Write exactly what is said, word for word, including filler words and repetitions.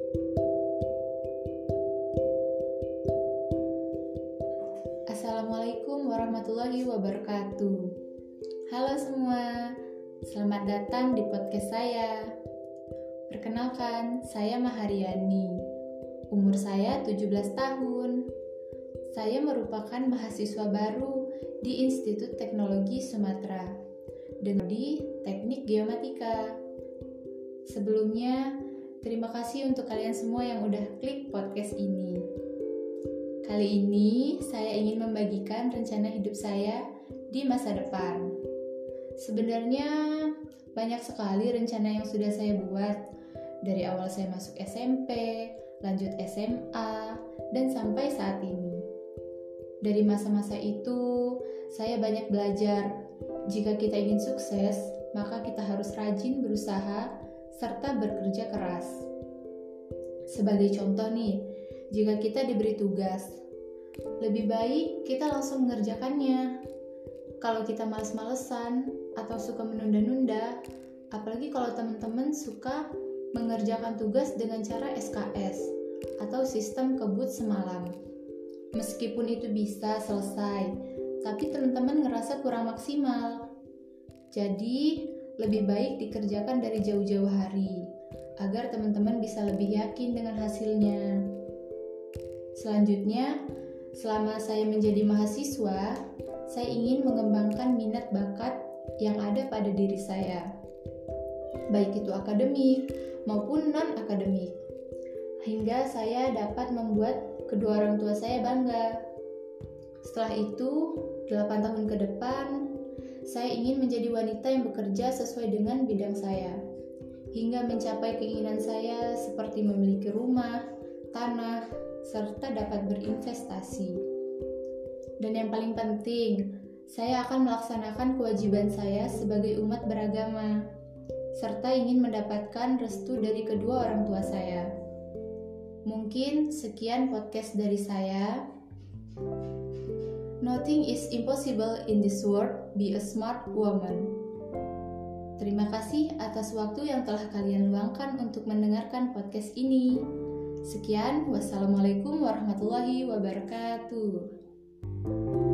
Assalamualaikum warahmatullahi wabarakatuh. Halo semua, selamat datang di podcast saya. Perkenalkan, saya Mahariani. Umur saya tujuh belas tahun. Saya merupakan mahasiswa baru di Institut Teknologi Sumatera dengan di Teknik Geomatika. Sebelumnya, terima kasih untuk kalian semua yang udah klik podcast ini. Kali ini, saya ingin membagikan rencana hidup saya di masa depan. Sebenarnya, banyak sekali rencana yang sudah saya buat dari awal saya masuk S M P, lanjut S M A, dan sampai saat ini. Dari masa-masa itu, saya banyak belajar. Jika kita ingin sukses, maka kita harus rajin berusaha serta bekerja keras. Sebagai contoh nih, jika kita diberi tugas, lebih baik kita langsung mengerjakannya. Kalau kita malas-malesan atau suka menunda-nunda, apalagi kalau teman-teman suka mengerjakan tugas dengan cara S K S atau sistem kebut semalam. Meskipun itu bisa selesai, tapi teman-teman ngerasa kurang maksimal. Jadi, lebih baik dikerjakan dari jauh-jauh hari, agar teman-teman bisa lebih yakin dengan hasilnya. Selanjutnya, selama saya menjadi mahasiswa, saya ingin mengembangkan minat bakat yang ada pada diri saya, baik itu akademik maupun non-akademik, hingga saya dapat membuat kedua orang tua saya bangga. Setelah itu, delapan tahun ke depan, saya ingin menjadi wanita yang bekerja sesuai dengan bidang saya, hingga mencapai keinginan saya seperti memiliki rumah, tanah, serta dapat berinvestasi. Dan yang paling penting, saya akan melaksanakan kewajiban saya sebagai umat beragama, serta ingin mendapatkan restu dari kedua orang tua saya. Mungkin sekian podcast dari saya. Nothing is impossible in this world, be a smart woman. Terima kasih atas waktu yang telah kalian luangkan untuk mendengarkan podcast ini. Sekian, wassalamualaikum warahmatullahi wabarakatuh.